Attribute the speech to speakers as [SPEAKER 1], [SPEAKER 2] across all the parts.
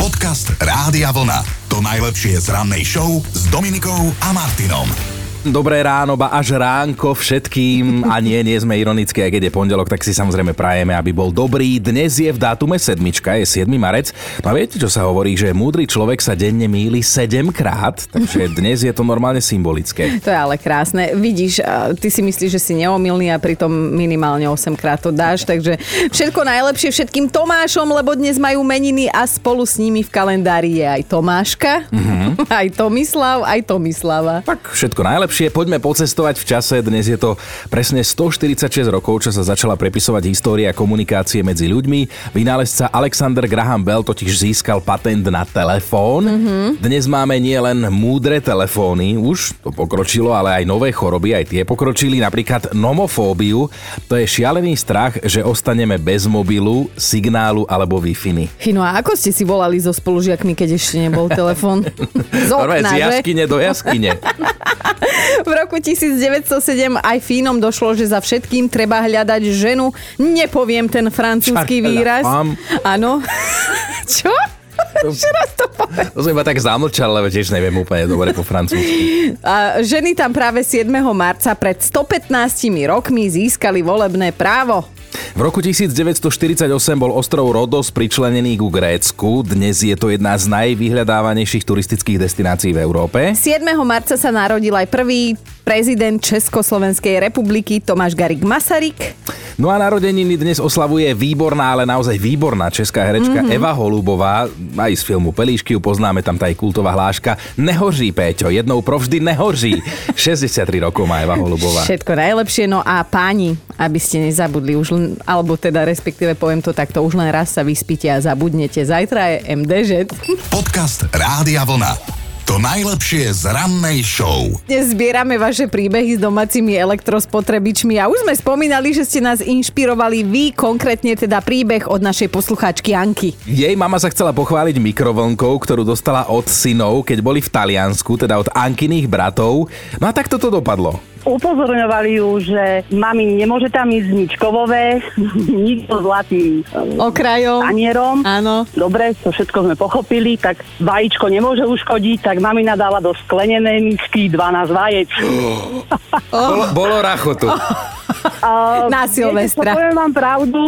[SPEAKER 1] Podcast Rádia Vlna. To najlepšie z rannej show s Dominikou a Martinom.
[SPEAKER 2] Dobré ráno, ba až ránko všetkým. A nie sme ironickí, aj keď je pondelok, tak si samozrejme prajeme, aby bol dobrý. Dnes je v dátume 7, je 7. marec. No a viete, čo sa hovorí, že múdry človek sa denne mýli 7-krát, takže dnes je to normálne symbolické.
[SPEAKER 3] To je ale krásne. Vidíš, ty si myslíš, že si neomylný a pritom minimálne 8-krát to dáš, takže všetko najlepšie všetkým Tomášom, lebo dnes majú meniny a spolu s nimi v kalendári je aj Tomáška, aj Tomislav, aj Tomislava.
[SPEAKER 2] Tak všetko najlepšie. Poďme pocestovať v čase. Dnes je to presne 146 rokov, čo sa začala prepisovať história komunikácie medzi ľuďmi. Vynálezca Alexander Graham Bell totiž získal patent na telefón. Dnes máme nielen múdre telefóny, už to pokročilo, ale aj nové choroby, aj tie pokročili. Napríklad nomofóbiu. To je šialený strach, že ostaneme bez mobilu, signálu alebo Wi-Fi.
[SPEAKER 3] Fino, a ako ste si volali so spolužiakmi, keď ešte nebol telefón? Z okna,
[SPEAKER 2] z jaskyne do jaskyne.
[SPEAKER 3] V roku 1907 aj Fínom došlo, že za všetkým treba hľadať ženu. Nepoviem ten francúzsky výraz. Áno. Čo? Ešte raz to povedal.
[SPEAKER 2] To som iba tak zamlčal, ale tiež neviem úplne dobre po francúzsky.
[SPEAKER 3] A ženy tam práve 7. marca pred 115 rokmi získali volebné právo.
[SPEAKER 2] V roku 1948 bol ostrov Rodos pričlenený ku Grécku. Dnes je to jedna z najvyhľadávanejších turistických destinácií v Európe.
[SPEAKER 3] 7. marca sa narodil aj prvý prezident Československej republiky Tomáš Garrigue Masaryk.
[SPEAKER 2] No a narodeniny dnes oslavuje výborná, ale naozaj výborná česká herečka Eva Holubová. Aj z filmu Pelíšky ju poznáme, tam tá je kultová hláška. Nehoří, Péťo, jednou provždy nehoří. 63 rokov má Eva Holubová.
[SPEAKER 3] Všetko najlepšie, no a páni, aby ste nezabudli už, alebo teda respektíve poviem to takto, už len raz sa vyspíte a zabudnete. Zajtra je MDŽ.
[SPEAKER 1] Podcast Rádia Vlna. To najlepšie z rannej show.
[SPEAKER 3] Dnes zbierame vaše príbehy s domácimi elektrospotrebičmi a už sme spomínali, že ste nás inšpirovali vy, konkrétne teda príbeh od našej poslucháčky Anky.
[SPEAKER 2] Jej mama sa chcela pochváliť mikrovlnkou, ktorú dostala od synov, keď boli v Taliansku, teda od Ankyných bratov. No a tak toto dopadlo.
[SPEAKER 4] Upozorňovali ju, že mami nemôže tam ísť nič kovové, nič so zlatým
[SPEAKER 3] okrajom,
[SPEAKER 4] tanierom.
[SPEAKER 3] Áno.
[SPEAKER 4] Dobre, to všetko sme pochopili, tak vajíčko nemôže uškodiť, tak mamina dala do sklenenej misky 12 vajec.
[SPEAKER 2] Bolo rachotu.
[SPEAKER 3] Na Silvestra.
[SPEAKER 4] Poviem vám pravdu,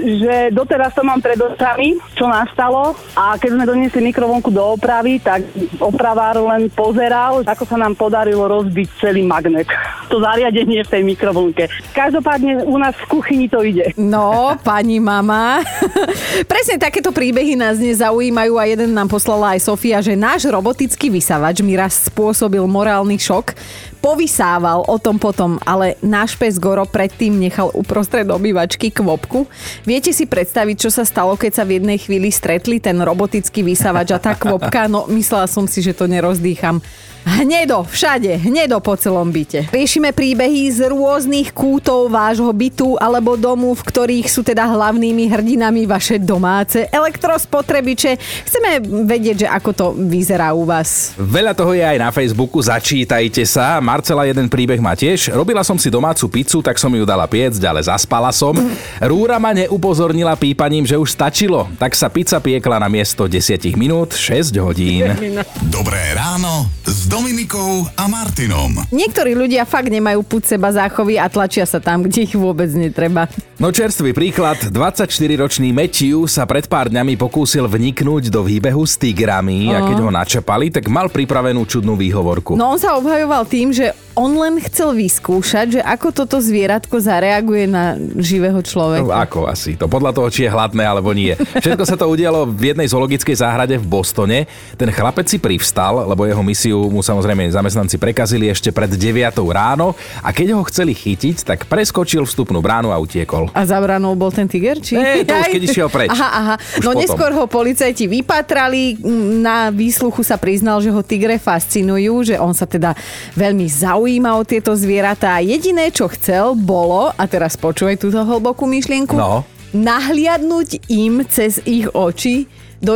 [SPEAKER 4] že doteraz to mám pred očami, čo nastalo, a keď sme doniesli mikrovlnku do opravy, tak opravár len pozeral, ako sa nám podarilo rozbiť celý magnet. To zariadenie v tej mikrovlnke. Každopádne u nás v kuchyni to ide.
[SPEAKER 3] No, pani mama. Presne takéto príbehy nás nezaujímajú a jeden nám poslala aj Sofia, že náš robotický vysavač mi raz spôsobil morálny šok. Povysával o tom potom, ale náš pes Goro predtým nechal uprostred obývačky kvopku. Viete si predstaviť, čo sa stalo, keď sa v jednej chvíli stretli ten robotický vysavač a tá kvopka? No, myslela som si, že to nerozdýcham. Hnedo, všade, hnedo po celom byte. Riešime príbehy z rôznych kútov vášho bytu alebo domu, v ktorých sú teda hlavnými hrdinami vaše domáce elektrospotrebiče. Chceme vedieť, že ako to vyzerá u vás.
[SPEAKER 2] Veľa toho je aj na Facebooku, začítajte sa. Marcela jeden príbeh má tiež. Robila som si domácu pizzu, tak som ju dala piecť, ale zaspala som. Rúra ma neupozornila pípaním, že už stačilo. Tak sa pizza piekla na miesto 10 minút 6 hodín.
[SPEAKER 1] Dobré ráno s Dominikou a Martinom.
[SPEAKER 3] Niektorí ľudia fakt nemajú púd seba záchovy a tlačia sa tam, kde ich vôbec netreba.
[SPEAKER 2] No čerstvý príklad, 24-ročný Matthew sa pred pár dňami pokúsil vniknúť do výbehu s tigrami a keď ho načapali, tak mal pripravenú čudnú výhovorku.
[SPEAKER 3] No on sa obhajoval tým, že on len chcel vyskúšať, že ako toto zvieratko zareaguje na živého človeka.
[SPEAKER 2] No, ako asi? To podľa toho, či je hladné alebo nie. Všetko sa to udialo v jednej zoologickej záhrade v Bostone. Ten chlapec si privstal, lebo jeho misiu mu samozrejme zamestnanci prekazili ešte pred 9 ráno a keď ho chceli chytiť, tak preskočil vstupnú bránu a utiekol.
[SPEAKER 3] A za bránou bol ten tiger? Či?
[SPEAKER 2] To už keď išiel preč.
[SPEAKER 3] Aha. No neskôr ho policajti vypatrali, na výsluchu sa priznal, že ho tigre fascinujú, že on sa teda veľmi zaujíma o tieto zvieratá. Jediné, čo chcel, bolo, a teraz počúvaj túto hlbokú myšlienku, nahliadnúť im cez ich oči do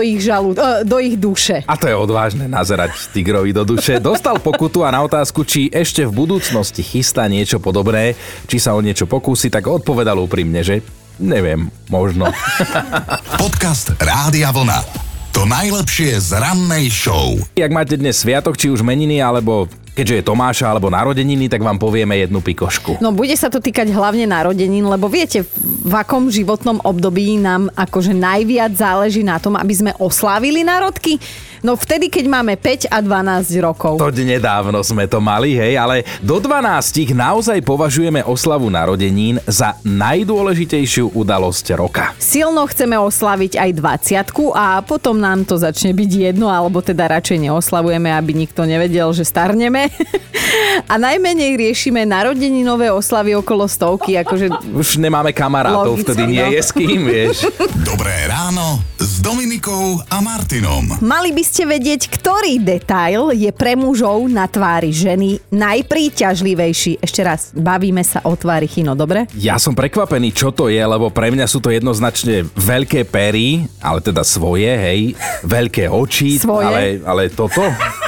[SPEAKER 3] ich duše.
[SPEAKER 2] A to je odvážne nazerať tigrovi do duše. Dostal pokutu a na otázku, či ešte v budúcnosti chystá niečo podobné, či sa o niečo pokúsi, tak odpovedal úprimne, že neviem, možno.
[SPEAKER 1] Podcast Rádia Vlna. To najlepšie z rannej show.
[SPEAKER 2] Jak máte dnes sviatok, či už meniny, alebo keďže je Tomáša, alebo narodeniny, tak vám povieme jednu pikošku.
[SPEAKER 3] No bude sa to týkať hlavne narodenín, lebo viete, v akom životnom období nám akože najviac záleží na tom, aby sme oslávili národky? No vtedy, keď máme 5 a 12 rokov.
[SPEAKER 2] To nedávno sme to mali, hej, ale do 12 naozaj považujeme oslavu narodenín za najdôležitejšiu udalosť roka.
[SPEAKER 3] Silno chceme oslaviť aj 20 a potom nám to začne byť jedno, alebo teda radšej neoslavujeme, aby nikto nevedel, že starneme. A najmenej riešime narodeninové oslavy okolo 100, akože...
[SPEAKER 2] Už nemáme kamarátov,
[SPEAKER 3] logicky,
[SPEAKER 2] vtedy nie je s kým, vieš.
[SPEAKER 1] Dobré ráno s Dominikou a Martinom.
[SPEAKER 3] Mali by ste vedieť, ktorý detail je pre mužov na tvári ženy najpríťažlivejší. Ešte raz, bavíme sa o tvári Chino, dobre?
[SPEAKER 2] Ja som prekvapený, čo to je, lebo pre mňa sú to jednoznačne veľké pery, ale teda svoje, hej, veľké oči,
[SPEAKER 3] Svoje?
[SPEAKER 2] ale toto...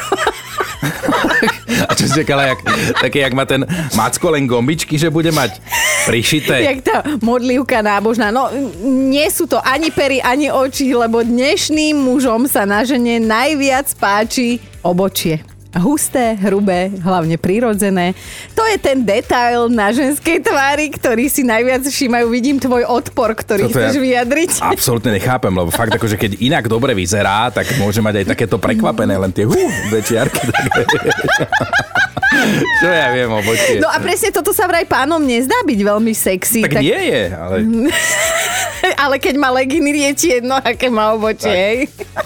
[SPEAKER 2] A čo si čakala, také, jak má ten Macko len gombičky, že bude mať prišité?
[SPEAKER 3] Jak tá modlivka nábožná. No, nie sú to ani pery, ani oči, lebo dnešným mužom sa na žene najviac páči obočie. Husté, hrubé, hlavne prirodzené. To je ten detail na ženskej tvári, ktorý si najviac všímajú. Vidím tvoj odpor, ktorý chceš vyjadriť.
[SPEAKER 2] Absolútne nechápem, lebo fakt akože keď inak dobre vyzerá, tak môže mať aj takéto prekvapené, len tie večiarky. Čo ja viem o bočie.
[SPEAKER 3] No a presne toto sa vraj pánom nezdá byť veľmi sexy.
[SPEAKER 2] Tak nie je, ale...
[SPEAKER 3] Ale keď má leginy, je ti jedno, aké má obočie, hej?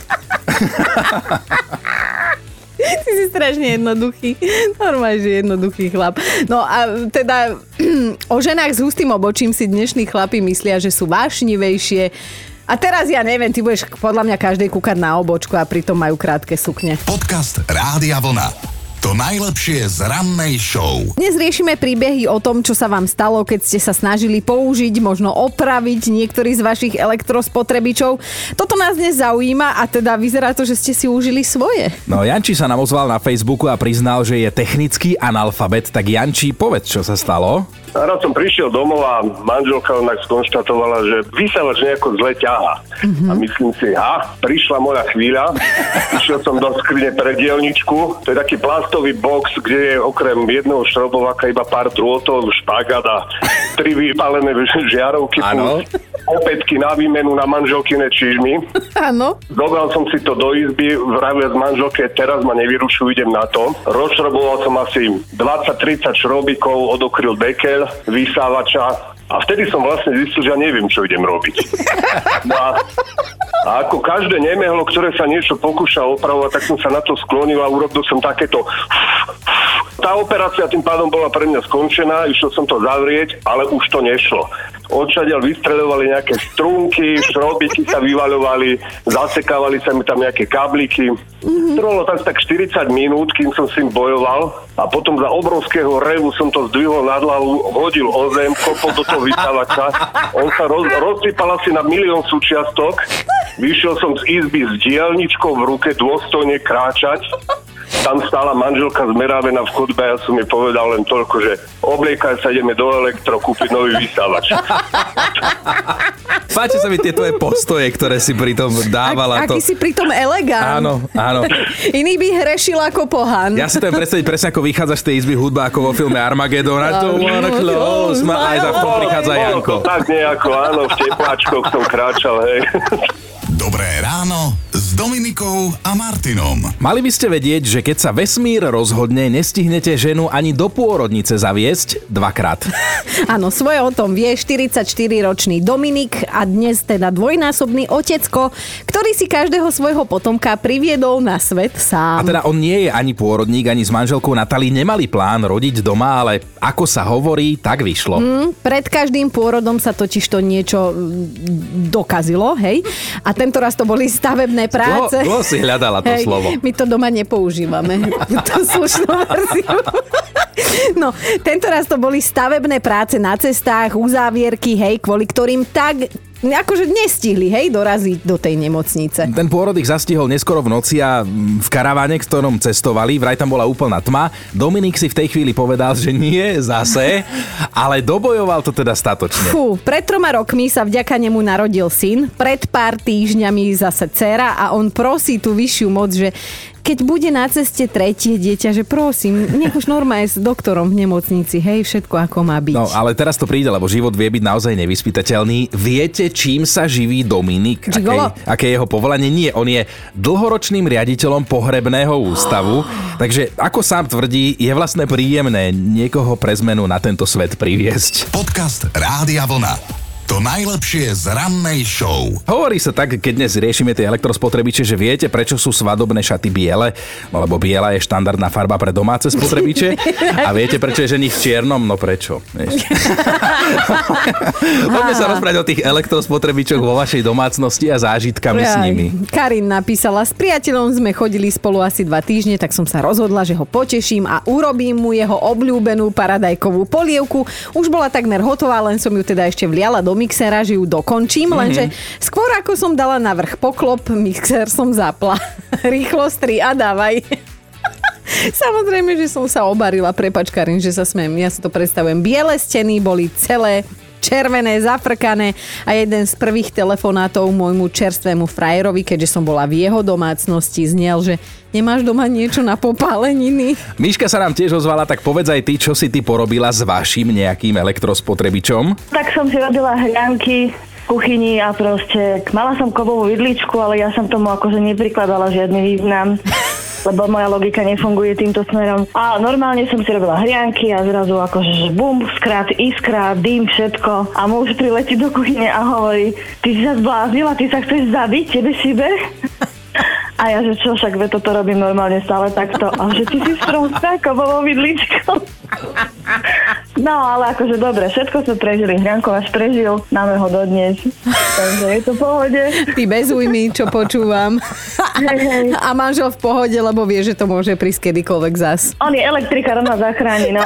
[SPEAKER 3] Ty si strašne jednoduchý. Normálne, že jednoduchý chlap. No a teda o ženách s hustým obočím si dnešní chlapi myslia, že sú vášnivejšie. A teraz ja neviem, ty budeš podľa mňa každej kúkať na obočku a pritom majú krátke sukne.
[SPEAKER 1] Podcast Rádia Vlna. To najlepšie z rannej show.
[SPEAKER 3] Dnes riešime príbehy o tom, čo sa vám stalo, keď ste sa snažili použiť, možno opraviť niektorý z vašich elektrospotrebičov. Toto nás dnes zaujíma a teda vyzerá to, že ste si užili svoje.
[SPEAKER 2] No Janči sa nám ozval na Facebooku a priznal, že je technický analfabet. Tak Janči, povedz, čo sa stalo?
[SPEAKER 5] Raz som prišiel domov a manželka onak skonštatovala, že vysávač nejako zle ťahá. A myslím si, prišla moja chvíľa. Išiel som do skrine pre dielničku. To je taký plastový box, kde je okrem jedného šrobováka iba pár drôtov, špagát a 3 vypálené žiarovky.
[SPEAKER 2] Áno.
[SPEAKER 5] Opätky na výmenu na manželkine čižmy.
[SPEAKER 3] Áno.
[SPEAKER 5] Zobral som si to do izby, vravil z manželke, teraz ma nevyrušujú, idem na to. Rozšroboval som asi 20-30 šrobíkov, odokryl dekel vysávača a vtedy som vlastne zistil, že ja neviem, čo idem robiť. No a ako každé nemehlo, ktoré sa niečo pokúša opravovať, tak som sa na to sklonil a urobil som takéto... Tá operácia tým pádom bola pre mňa skončená, išiel som to zavrieť, ale už to nešlo. Odčadiaľ vystreľovali nejaké strunky, šrobiky sa vyvaľovali, zasekávali sa mi tam nejaké kablíky. Trvalo tak 40 minút, kým som s tým bojoval a potom za obrovského revu som to zdvihol nad hlavu, hodil o zem, kopol do toho vysávača. On sa rozsypal asi na milión súčiastok. Vyšiel som z izby s dielničkou v ruke dôstojne kráčať. Tam stála manželka zmerávená v chodbe a ja som jej povedal len toľko, že obliekaj sa, ideme do elektro kúpiť nový vysávač.
[SPEAKER 2] Páči sa mi tie tvoje postoje, ktoré si pritom dávala.
[SPEAKER 3] Aký si pritom elegant.
[SPEAKER 2] Áno.
[SPEAKER 3] Iný by hrešil ako pohan.
[SPEAKER 2] Ja si to predstaviť presne, ako vychádzaš z tej izby hudba, ako vo filme Armageddon. I don't wanna close my eyes. A v tom prichádza Janko.
[SPEAKER 5] Tak nejako, áno, v tepláčkoch som kráčal, hej.
[SPEAKER 1] Dobré ráno s Dominikou a Martinom.
[SPEAKER 2] Mali by ste vedieť, že keď sa vesmír rozhodne, nestihnete ženu ani do pôrodnice zaviesť dvakrát.
[SPEAKER 3] Áno, svoje o tom vie 44-ročný Dominik a dnes teda dvojnásobný otecko, ktorý si každého svojho potomka priviedol na svet sám.
[SPEAKER 2] A teda on nie je ani pôrodník, ani s manželkou Natalí nemali plán rodiť doma, ale ako sa hovorí, tak vyšlo.
[SPEAKER 3] Pred každým pôrodom sa totižto niečo dokazilo, hej? A tento raz to boli stavebné práce.
[SPEAKER 2] Dlho si hľadala to slovo.
[SPEAKER 3] My to doma nepoužívame, tú slušnú verziu. No, tento raz to boli stavebné práce na cestách, uzávierky, hej, kvôli ktorým tak akože nestihli, hej, doraziť do tej nemocnice.
[SPEAKER 2] Ten pôrod ich zastihol neskoro v noci a v karaváne, v ktorom cestovali, vraj tam bola úplná tma. Dominik si v tej chvíli povedal, že nie zase, ale dobojoval to teda statočne.
[SPEAKER 3] Fú, pred 3 rokmi sa vďaka nemu narodil syn, pred pár týždňami zase dcéra a on prosí tú vyššiu moc, že keď bude na ceste tretie dieťa, že prosím, nech už normálne s doktorom v nemocnici, hej, všetko ako má byť.
[SPEAKER 2] No, ale teraz to príde, lebo život vie byť naozaj nevyspytateľný. Viete, čím sa živí Dominik? Aké je jeho povolanie? Nie, on je dlhoročným riaditeľom pohrebného ústavu, takže ako sám tvrdí, je vlastne príjemné niekoho pre zmenu na tento svet priviesť.
[SPEAKER 1] Podcast Rádia Vlna. To najlepšie z rannej show.
[SPEAKER 2] Hovorí sa tak, keď dnes riešime tie elektrospotrebiče, že viete, prečo sú svadobné šaty biele, lebo biela je štandardná farba pre domáce spotrebiče. A viete, prečo je ženich v čiernom? No prečo? Poďme sa rozprávať o tých elektrospotrebičoch vo vašej domácnosti a zážitkami s nimi.
[SPEAKER 3] Karin napísala, s priateľom sme chodili spolu asi 2 týždne, tak som sa rozhodla, že ho poteším a urobím mu jeho obľúbenú paradajkovú polievku. Už bola takmer hotová, len som ju teda ešte vliala do mixera, že ju dokončím, lenže skôr ako som dala na vrch poklop, mixer som zapla. Rýchlo stri a dávaj. Samozrejme, že som sa obarila, prepáč Karin, že sa smiem, ja si to predstavujem. Biele steny boli celé červené, zafrkané a jeden z prvých telefonátov môjmu čerstvému frajerovi, keďže som bola v jeho domácnosti, znel, že nemáš doma niečo na popáleniny?
[SPEAKER 2] Miška sa nám tiež ozvala, tak povedz aj ty, čo si ty porobila s vašim nejakým elektrospotrebičom?
[SPEAKER 6] Tak som si robila hrianky v kuchyni a proste mala som kovovú vidličku, ale ja som tomu akože neprikladala žiadny význam. Lebo moja logika nefunguje týmto smerom. A normálne som si robila hrianky a zrazu akože že bum, skrát, iskra, dým, všetko. A muž priletí do kuchyne a hovorí, ty si sa zbláznila, ty sa chceš zabiť, tebe šibe? A ja, že čo, však toto robím normálne stále takto. A že ty si sprostá kovovou vidličkou. No, ale akože dobre, všetko sme prežili. Hrianko až prežil, máme ho dodnes. Takže je to v pohode.
[SPEAKER 3] Ty bez újmy, čo počúvam.
[SPEAKER 6] Hej.
[SPEAKER 3] A manžel v pohode, lebo vie, že to môže prísť kedykoľvek zas.
[SPEAKER 6] On je elektrikár, on ma zachráni, no.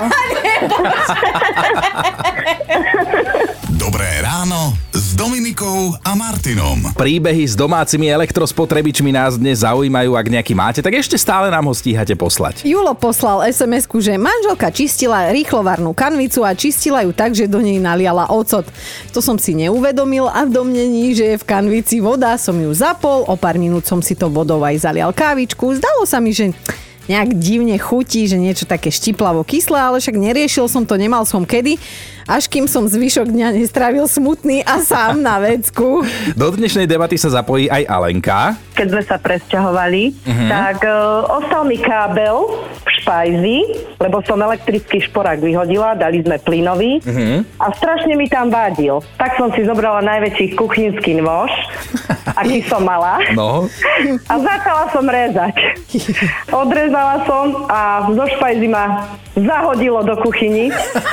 [SPEAKER 1] Dobré ráno s Dominikou a Martinom.
[SPEAKER 2] Príbehy s domácimi elektrospotrebičmi nás dnes zaujímajú, ak nejaký máte, tak ešte stále nám ho stíhate poslať.
[SPEAKER 3] Julo poslal SMS-ku, že manželka čistila rýchlovarnú kanvicu a čistila ju tak, že do nej naliala ocot. To som si neuvedomil a v domnení, že je v kanvici voda, som ju zapol, o pár minút som si to vodou aj zalial kávičku. Zdalo sa mi, že nejak divne chutí, že niečo také štiplavo kyslé, ale však neriešil som to, nemal som kedy, až kým som zvyšok dňa nestrávil smutný a sám na vecku.
[SPEAKER 2] Do dnešnej debaty sa zapojí aj Alenka.
[SPEAKER 6] Keď sme sa presťahovali, tak ostal mi kábel v špajzi, lebo som elektrický šporák vyhodila, dali sme plynový a strašne mi tam vadil. Tak som si zobrala najväčší kuchynský nôž, aký som mala, a začala som rezať. Odrezala som a zo špajzy ma zahodilo do kuchyni.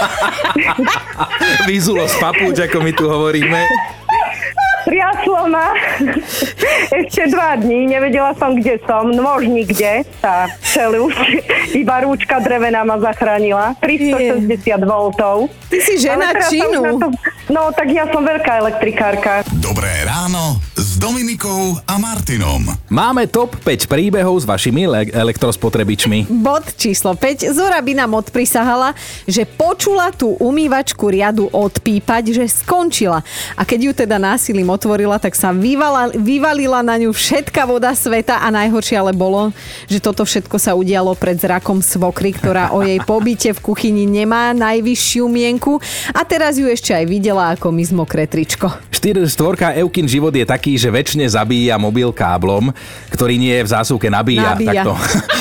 [SPEAKER 2] Vyzulo z papúč, ako my tu hovoríme.
[SPEAKER 6] Triaslo ma ešte 2 dní, nevedela som, kde som, nôž nikde, tá čelusť, iba rúčka drevená ma zachránila, 360 voltov.
[SPEAKER 3] Ty si žena činu.
[SPEAKER 6] No, tak ja som veľká elektrikárka.
[SPEAKER 1] Dobré ráno s Dominikou a Martinom.
[SPEAKER 2] Máme top 5 príbehov s vašimi elektrospotrebičmi.
[SPEAKER 3] Bod číslo 5. Zora by nám odprisahala, že počula tú umývačku riadu odpípať, že skončila. A keď ju teda násilím otvorila, tak sa vyvalila na ňu všetka voda sveta a najhoršie ale bolo, že toto všetko sa udialo pred zrakom svokry, ktorá o jej pobyte v kuchyni nemá najvyššiu mienku a teraz ju ešte aj videla, ako mi zmokré tričko.
[SPEAKER 2] 4-4 Eukin život je taký, že väčšine zabíja mobil káblom, ktorý nie je v zásuvke, nabíja. Takto.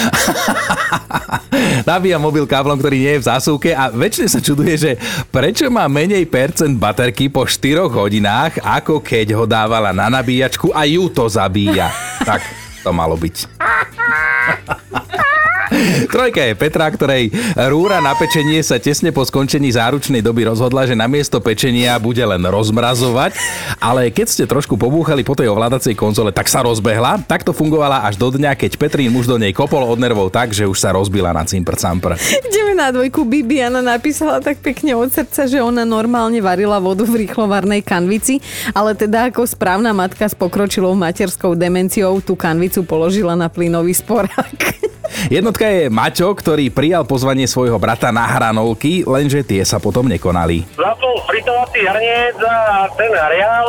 [SPEAKER 2] Nabíja mobil káblom, ktorý nie je v zásuvke a väčšine sa čuduje, že prečo má menej percent baterky po 4 hodinách, ako keď ho dávala na nabíjačku a ju to zabíja. Tak to malo byť. Trojka je Petra, ktorej rúra na pečenie sa tesne po skončení záručnej doby rozhodla, že namiesto pečenia bude len rozmrazovať, ale keď ste trošku pobúchali po tej ovládacej konzole, tak sa rozbehla. Takto fungovala až do dňa, keď Petrín muž do nej kopol od nervov tak, že už sa rozbila na cimpr-campr.
[SPEAKER 3] Ideme na dvojku. Bibiana napísala tak pekne od srdca, že ona normálne varila vodu v rýchlovarnej kanvici, ale teda ako správna matka s pokročilou materskou demenciou tú kanvicu položila na plynový sporák.
[SPEAKER 2] Jednotka je Maťo, ktorý prijal pozvanie svojho brata na hranolky, lenže tie sa potom nekonali.
[SPEAKER 7] Zapol fritovací hrniec a ten hrial,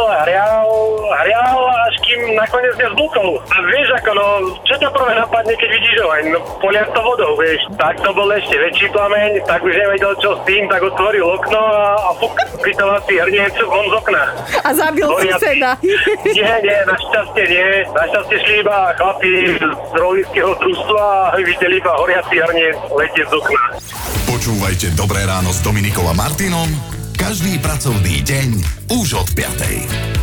[SPEAKER 7] až kým nakoniec nezbukol. A vieš ako, no, čo ťa prvé napadne, keď vidíš oheň? No, poliať to vodou, vieš. Tak to bol ešte väčší plameň, tak už nevedel čo s tým, tak otvoril okno a fritovací hrniec von z okna.
[SPEAKER 3] A zabil suseda.
[SPEAKER 7] Nie, našťastie nie. Našťastie šli iba chlapi z rolnického družstva a videli iba horiaci hrniec letieť z okna.
[SPEAKER 1] Počúvajte Dobré ráno s Dominikou a Martinom každý pracovný deň už od 5.